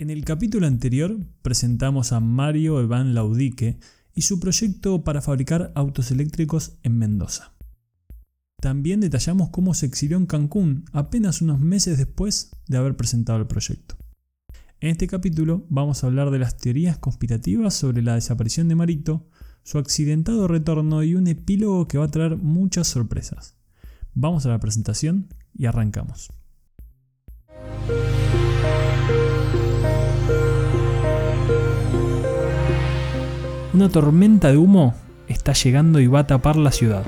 En el capítulo anterior presentamos a Mario Eván Laudique y su proyecto para fabricar autos eléctricos en Mendoza. También detallamos cómo se exilió en Cancún apenas unos meses después de haber presentado el proyecto. En este capítulo vamos a hablar de las teorías conspirativas sobre la desaparición de Marito, su accidentado retorno y un epílogo que va a traer muchas sorpresas. Vamos a la presentación y arrancamos. Una tormenta de humo está llegando y va a tapar la ciudad.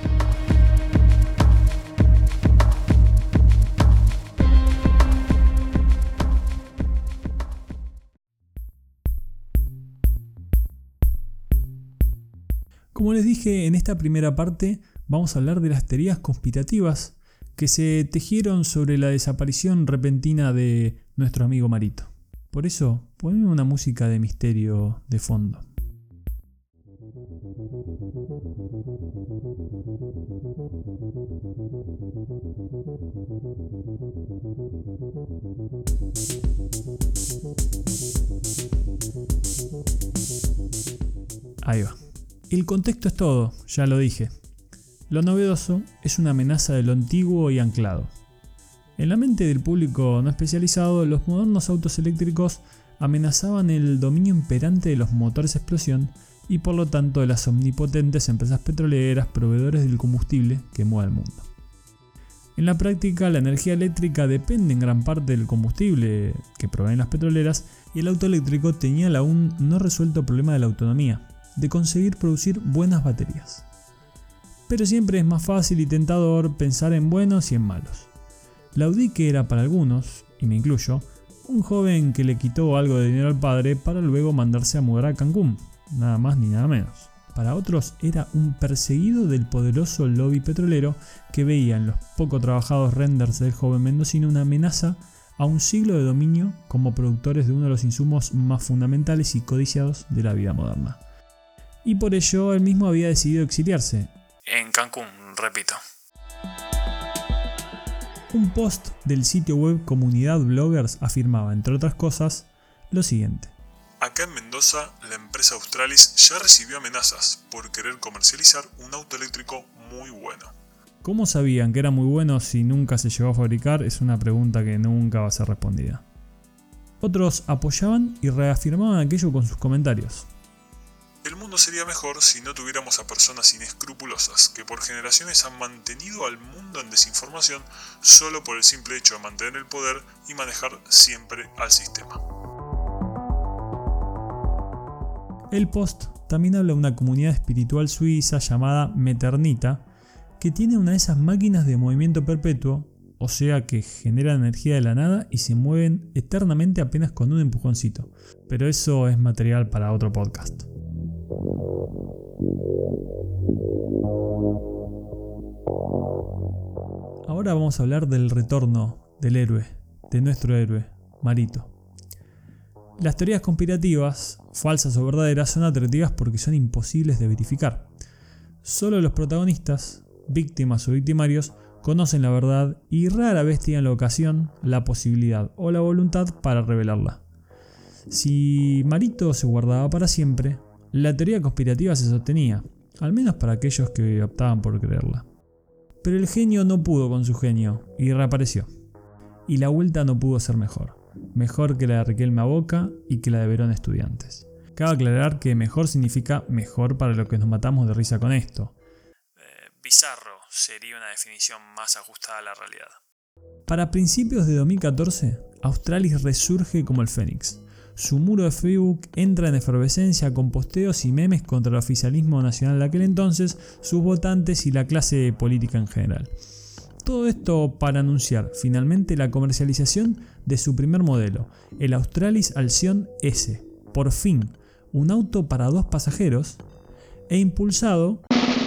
Como les dije, en esta primera parte vamos a hablar de las teorías conspirativas que se tejieron sobre la desaparición repentina de nuestro amigo Marito. Por eso, ponme una música de misterio de fondo. Ahí va. El contexto es todo, ya lo dije. Lo novedoso es una amenaza de lo antiguo y anclado. En la mente del público no especializado, los modernos autos eléctricos amenazaban el dominio imperante de los motores a explosión y por lo tanto de las omnipotentes empresas petroleras proveedores del combustible que mueve el mundo. En la práctica, la energía eléctrica depende en gran parte del combustible que proveen las petroleras y el auto eléctrico tenía el aún no resuelto problema de la autonomía, de conseguir producir buenas baterías. Pero siempre es más fácil y tentador pensar en buenos y en malos. Laudique era para algunos, y me incluyo, un joven que le quitó algo de dinero al padre para luego mandarse a mudar a Cancún, nada más ni nada menos. Para otros era un perseguido del poderoso lobby petrolero que veía en los poco trabajados renders del joven mendocino una amenaza a un siglo de dominio como productores de uno de los insumos más fundamentales y codiciados de la vida moderna. Y por ello él mismo había decidido exiliarse. En Cancún, repito. Un post del sitio web Comunidad Bloggers afirmaba, entre otras cosas, lo siguiente. Acá en Mendoza, la empresa Australis ya recibió amenazas por querer comercializar un auto eléctrico muy bueno. ¿Cómo sabían que era muy bueno si nunca se llegó a fabricar? Es una pregunta que nunca va a ser respondida. Otros apoyaban y reafirmaban aquello con sus comentarios. El mundo sería mejor si no tuviéramos a personas inescrupulosas que por generaciones han mantenido al mundo en desinformación solo por el simple hecho de mantener el poder y manejar siempre al sistema. El post también habla de una comunidad espiritual suiza llamada Meternita, que tiene una de esas máquinas de movimiento perpetuo, o sea que generan energía de la nada y se mueven eternamente apenas con un empujoncito. Pero eso es material para otro podcast. Ahora vamos a hablar del retorno del héroe, de nuestro héroe, Marito. Las teorías conspirativas, falsas o verdaderas, son atractivas porque son imposibles de verificar. Solo los protagonistas, víctimas o victimarios, conocen la verdad y rara vez tienen la ocasión, la posibilidad o la voluntad para revelarla. Si Marito se guardaba para siempre, la teoría conspirativa se sostenía, al menos para aquellos que optaban por creerla. Pero el genio no pudo con su genio y reapareció. Y la vuelta no pudo ser mejor. Mejor que la de Riquelme a Boca y que la de Verón Estudiantes. Cabe aclarar que mejor significa mejor para lo que nos matamos de risa con esto. Bizarro sería una definición más ajustada a la realidad. Para principios de 2014, Australis resurge como el Fénix. Su muro de Facebook entra en efervescencia con posteos y memes contra el oficialismo nacional de aquel entonces, sus votantes y la clase política en general. Todo esto para anunciar finalmente la comercialización de su primer modelo, el Australis Alcyon S. Por fin, un auto para 2 pasajeros e impulsado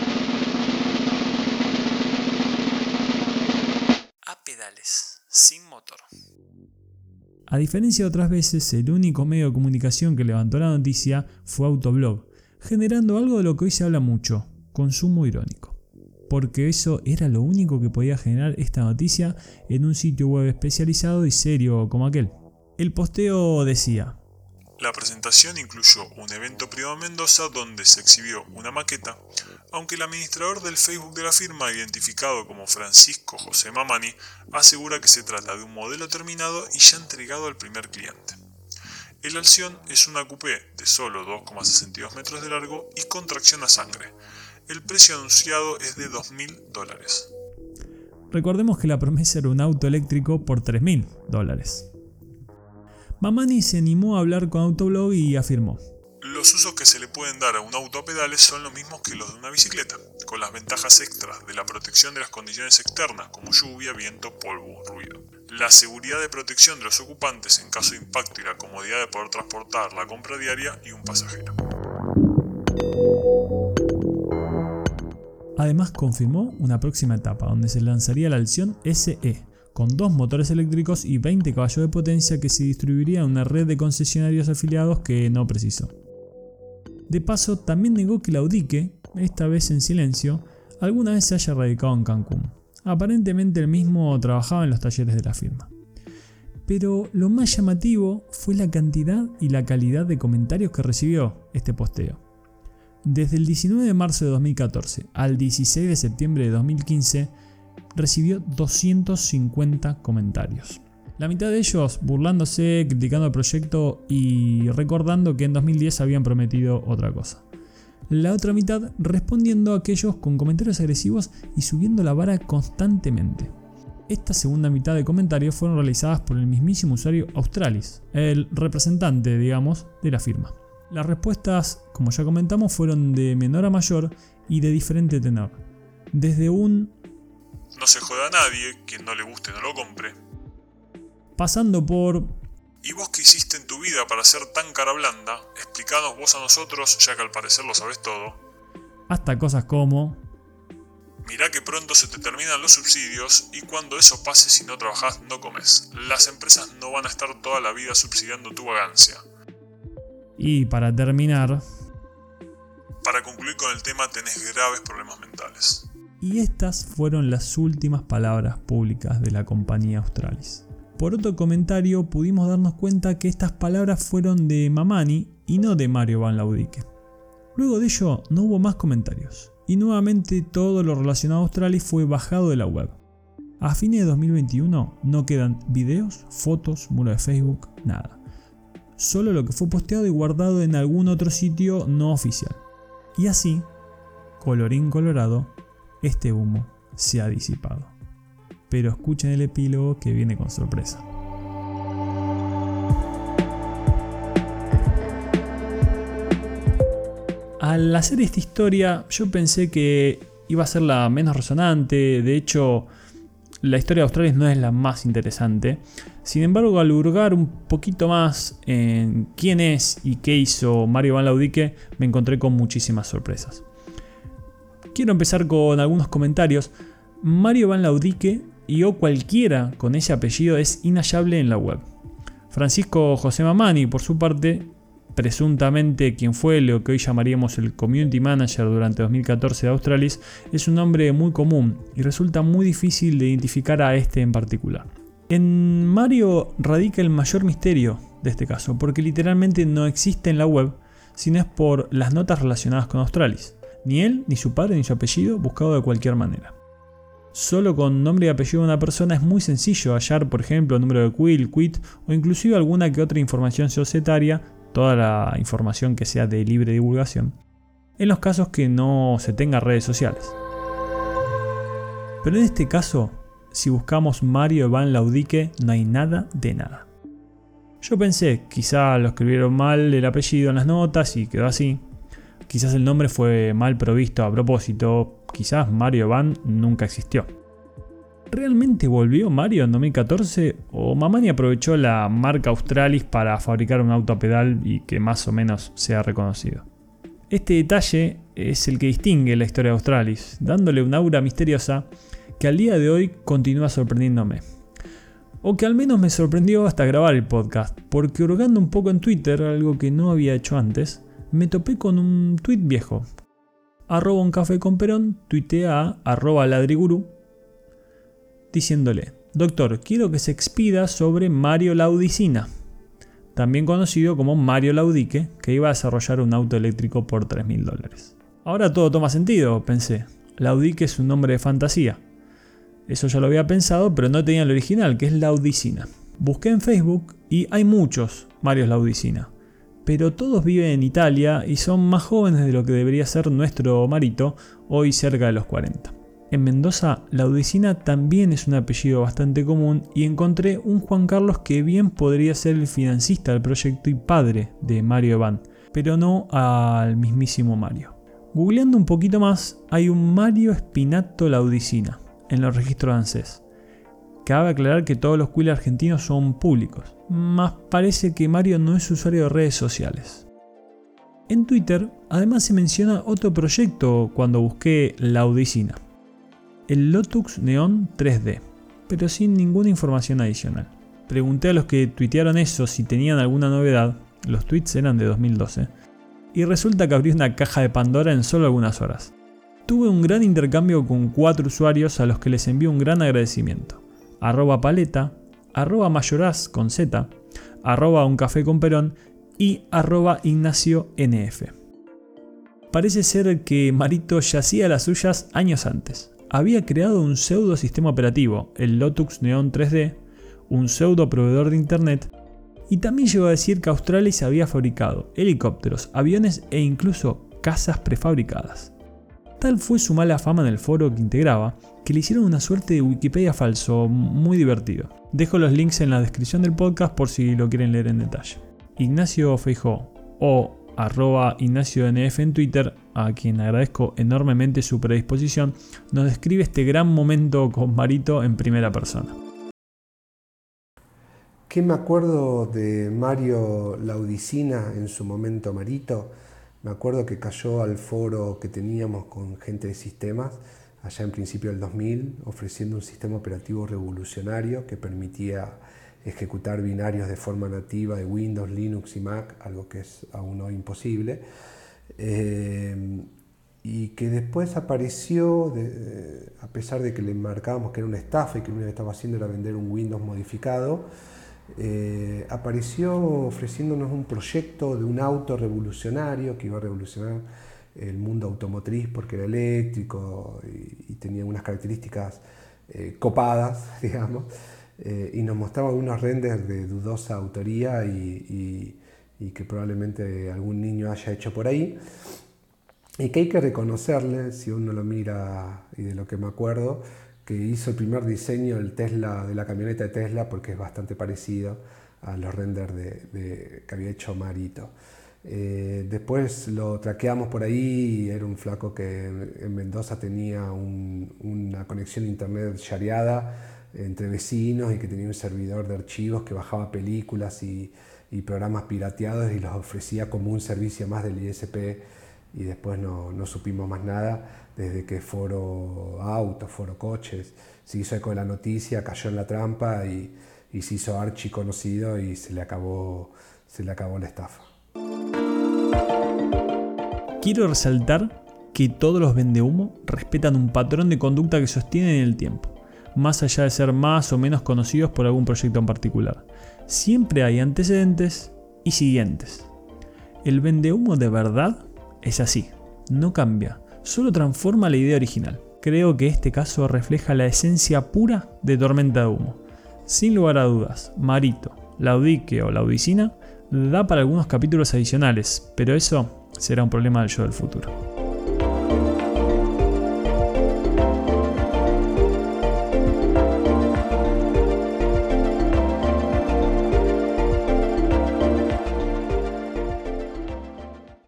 a pedales, sin motor. A diferencia de otras veces, el único medio de comunicación que levantó la noticia fue Autoblog, generando algo de lo que hoy se habla mucho, consumo irónico. Porque eso era lo único que podía generar esta noticia en un sitio web especializado y serio como aquel. El posteo decía: la presentación incluyó un evento privado en Mendoza donde se exhibió una maqueta, aunque el administrador del Facebook de la firma, identificado como Francisco José Mamani, asegura que se trata de un modelo terminado y ya entregado al primer cliente. El Alción es una coupé de solo 2,62 metros de largo y con tracción a sangre. El precio anunciado es de $2.000. Recordemos que la promesa era un auto eléctrico por $3.000. Mamani se animó a hablar con Autoblog y afirmó: los usos que se le pueden dar a un auto a pedales son los mismos que los de una bicicleta, con las ventajas extras de la protección de las condiciones externas como lluvia, viento, polvo, ruido. La seguridad de protección de los ocupantes en caso de impacto y la comodidad de poder transportar la compra diaria y un pasajero. Además confirmó una próxima etapa donde se lanzaría la Alción SE, con 2 motores eléctricos y 20 caballos de potencia que se distribuiría en una red de concesionarios afiliados que no precisó. De paso, también negó que la Udique, esta vez en silencio, alguna vez se haya radicado en Cancún. Aparentemente él mismo trabajaba en los talleres de la firma. Pero lo más llamativo fue la cantidad y la calidad de comentarios que recibió este posteo. Desde el 19 de marzo de 2014 al 16 de septiembre de 2015, recibió 250 comentarios. La mitad de ellos burlándose, criticando el proyecto y recordando que en 2010 habían prometido otra cosa. La otra mitad respondiendo a aquellos con comentarios agresivos y subiendo la vara constantemente. Esta segunda mitad de comentarios fueron realizadas por el mismísimo usuario Australis, el representante, digamos, de la firma. Las respuestas, como ya comentamos, fueron de menor a mayor y de diferente tenor. Desde un no se joda a nadie, quien no le guste no lo compre, pasando por ¿y vos qué hiciste en tu vida para ser tan cara blanda? Explicanos vos a nosotros, ya que al parecer lo sabés todo. Hasta cosas como mirá que pronto se te terminan los subsidios y cuando eso pase, si no trabajás no comes. Las empresas no van a estar toda la vida subsidiando tu vagancia. Y para terminar, para concluir con el tema, tenés graves problemas mentales. Y estas fueron las últimas palabras públicas de la compañía Australis. Por otro comentario pudimos darnos cuenta que estas palabras fueron de Mamani y no de Mario Van Laudike. Luego de ello no hubo más comentarios y nuevamente todo lo relacionado a Australis fue bajado de la web. A fines de 2021 no quedan videos, fotos, muro de Facebook, nada. Solo lo que fue posteado y guardado en algún otro sitio no oficial. Y así, colorín colorado, este humo se ha disipado. Pero escuchen el epílogo que viene con sorpresa. Al hacer esta historia yo pensé que iba a ser la menos resonante. De hecho, la historia de Australis no es la más interesante. Sin embargo, al hurgar un poquito más en quién es y qué hizo Mario Van Laudike, me encontré con muchísimas sorpresas. Quiero empezar con algunos comentarios. Mario Van Laudike y o cualquiera con ese apellido es inhallable en la web. Francisco José Mamani, por su parte, presuntamente quien fue lo que hoy llamaríamos el Community Manager durante 2014 de Australis, es un nombre muy común y resulta muy difícil de identificar a este en particular. En Mario radica el mayor misterio de este caso, porque literalmente no existe en la web, sino es por las notas relacionadas con Australis. Ni él, ni su padre, ni su apellido, buscado de cualquier manera. Solo con nombre y apellido de una persona es muy sencillo hallar, por ejemplo, el número de quill, quit o inclusive alguna que otra información societaria, toda la información que sea de libre divulgación, en los casos que no se tenga redes sociales. Pero en este caso, si buscamos Mario Van Laudike, no hay nada de nada. Yo pensé, quizá lo escribieron mal el apellido en las notas y quedó así. Quizás el nombre fue mal provisto a propósito, quizás Mario Van nunca existió. ¿Realmente volvió Mario en 2014 o Mamani aprovechó la marca Australis para fabricar un auto a pedal y que más o menos sea reconocido? Este detalle es el que distingue la historia de Australis, dándole una aura misteriosa que al día de hoy continúa sorprendiéndome. O que al menos me sorprendió hasta grabar el podcast, porque hurgando un poco en Twitter, algo que no había hecho antes, me topé con un tweet viejo. @un café con Perón tuitea a @ladriguru diciéndole: doctor, quiero que se expida sobre Mario Laudicina. también conocido como Mario Laudique, que iba a desarrollar un auto eléctrico por $3.000. Ahora todo toma sentido, pensé. Laudique es un nombre de fantasía. Eso ya lo había pensado, pero no tenía el original, que es Laudicina. Busqué en Facebook y hay muchos Marios Laudicina, pero todos viven en Italia y son más jóvenes de lo que debería ser nuestro Marito, hoy cerca de los 40. En Mendoza, Laudicina también es un apellido bastante común y encontré un Juan Carlos que bien podría ser el financista del proyecto y padre de Mario Eván, pero no al mismísimo Mario. Googleando un poquito más, hay un Mario Spinato Laudicina en los registros de ANSES. Cabe aclarar que todos los quill argentinos son públicos, mas parece que Mario no es usuario de redes sociales. En Twitter, además se menciona otro proyecto cuando busqué Laudicina, el Lotus Neon 3D, pero sin ninguna información adicional. Pregunté a los que tuitearon eso si tenían alguna novedad, los tweets eran de 2012, y resulta que abrió una caja de Pandora en solo algunas horas. Tuve un gran intercambio con 4 usuarios a los que les envío un gran agradecimiento. @paleta, @mayoraz con Z, @uncaféconperón y @IgnacioNF. Parece ser que Marito ya hacía las suyas años antes. Había creado un pseudo sistema operativo, el Lotus Neon 3D, un pseudo proveedor de internet, y también llegó a decir que Australis había fabricado helicópteros, aviones e incluso casas prefabricadas. Tal fue su mala fama en el foro que integraba, que le hicieron una suerte de Wikipedia falso muy divertido. Dejo los links en la descripción del podcast por si lo quieren leer en detalle. Ignacio Feijó o @IgnacioNF en Twitter, a quien agradezco enormemente su predisposición, nos describe este gran momento con Marito en primera persona. ¿Qué me acuerdo de Mario Laudicina en su momento Marito? Me acuerdo que cayó al foro que teníamos con gente de sistemas, allá en principio del 2000, ofreciendo un sistema operativo revolucionario que permitía ejecutar binarios de forma nativa de Windows, Linux y Mac, algo que es aún hoy imposible, y que después apareció, a pesar de que le marcábamos que era una estafa y que lo único que estaba haciendo era vender un Windows modificado, apareció ofreciéndonos un proyecto de un auto revolucionario que iba a revolucionar el mundo automotriz porque era eléctrico y tenía unas características copadas, digamos, y nos mostraban unos renders de dudosa autoría y que probablemente algún niño haya hecho por ahí, y que hay que reconocerle, si uno lo mira, y de lo que me acuerdo, que hizo el primer diseño del Tesla, de la camioneta de Tesla, porque es bastante parecido a los renders que había hecho Marito. Después lo traqueamos por ahí y era un flaco que en Mendoza tenía una conexión a internet shareada entre vecinos y que tenía un servidor de archivos que bajaba películas y programas pirateados y los ofrecía como un servicio más del ISP, y después no supimos más nada desde que Foro Autos, Foro Coches se hizo eco de la noticia, cayó en la trampa y se hizo archi conocido y se le acabó la estafa. Quiero resaltar que todos los vendehumo respetan un patrón de conducta que sostienen en el tiempo, más allá de ser más o menos conocidos por algún proyecto en particular. Siempre hay antecedentes y siguientes. El vendehumo de verdad es así, no cambia, solo transforma la idea original. Creo que este caso refleja la esencia pura de Tormenta de Humo. Sin lugar a dudas, Marito, Laudique o Laudicina da para algunos capítulos adicionales, pero eso será un problema del yo del futuro.